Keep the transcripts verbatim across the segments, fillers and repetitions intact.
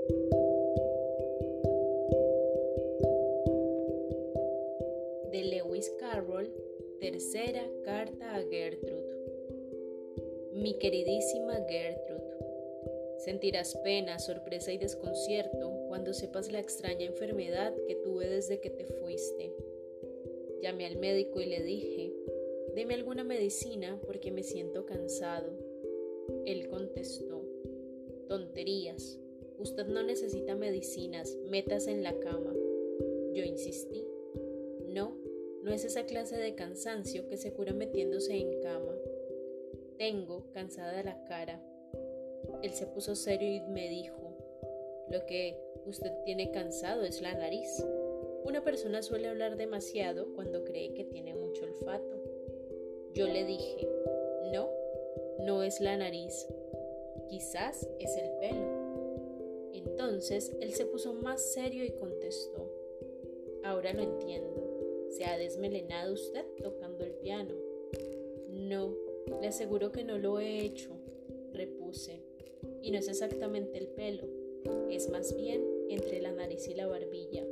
De Lewis Carroll, tercera carta a Gertrude. Mi queridísima Gertrude, sentirás pena, sorpresa y desconcierto cuando sepas la extraña enfermedad que tuve desde que te fuiste. Llamé al médico y le dije, deme alguna medicina porque me siento cansado. Él contestó, tonterías, usted no necesita medicinas, métase en la cama. Yo insistí, no, no es esa clase de cansancio que se cura metiéndose en cama. Tengo cansada la cara. Él se puso serio y me dijo, lo que usted tiene cansado es la nariz. Una persona suele hablar demasiado cuando cree que tiene mucho olfato. Yo le dije, no, no es la nariz, quizás es el pelo. Entonces él se puso más serio y contestó, ahora lo entiendo, ¿se ha desmelenado usted tocando el piano? No, le aseguro que no lo he hecho, repuse, y no es exactamente el pelo, es más bien entre la nariz y la barbilla.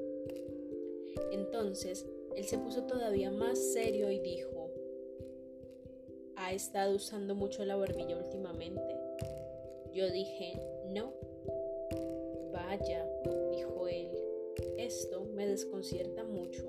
Entonces él se puso todavía más serio y dijo, ¿ha estado usando mucho la barbilla últimamente? Yo dije, no. Vaya, dijo él, esto me desconcierta mucho.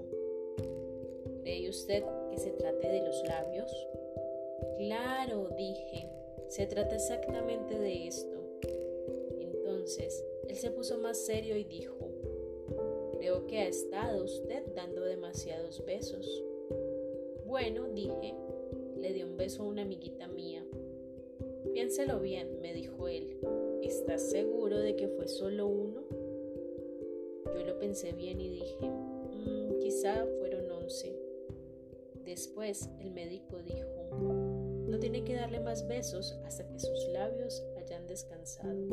¿Cree usted que se trate de los labios? Claro, dije, se trata exactamente de esto. Entonces él se puso más serio y dijo, creo que ha estado usted dando demasiados besos. Bueno, dije, le di un beso a una amiguita mía. Piénselo bien, me dijo él. ¿Estás seguro de que fue solo uno? Yo lo pensé bien y dije, mmm, quizá fueron once. Después el médico dijo, no tiene que darle más besos hasta que sus labios hayan descansado.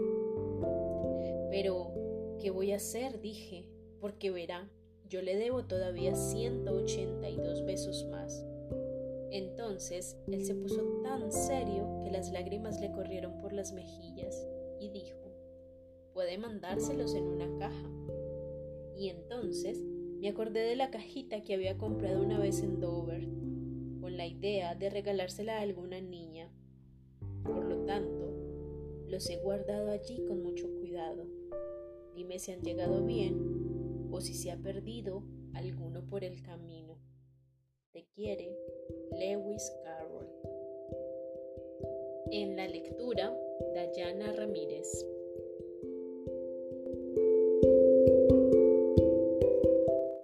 Pero, ¿qué voy a hacer? Dije, porque verá, yo le debo todavía ciento ochenta y dos besos más. Entonces él se puso tan serio que las lágrimas le corrieron por las mejillas y dijo, puede mandárselos en una caja. Y entonces me acordé de la cajita que había comprado una vez en Dover, con la idea de regalársela a alguna niña. Por lo tanto, los he guardado allí con mucho cuidado. Dime si han llegado bien o si se ha perdido alguno por el camino. Te quiere, Lewis Carroll. En la lectura, Dayana Ramírez.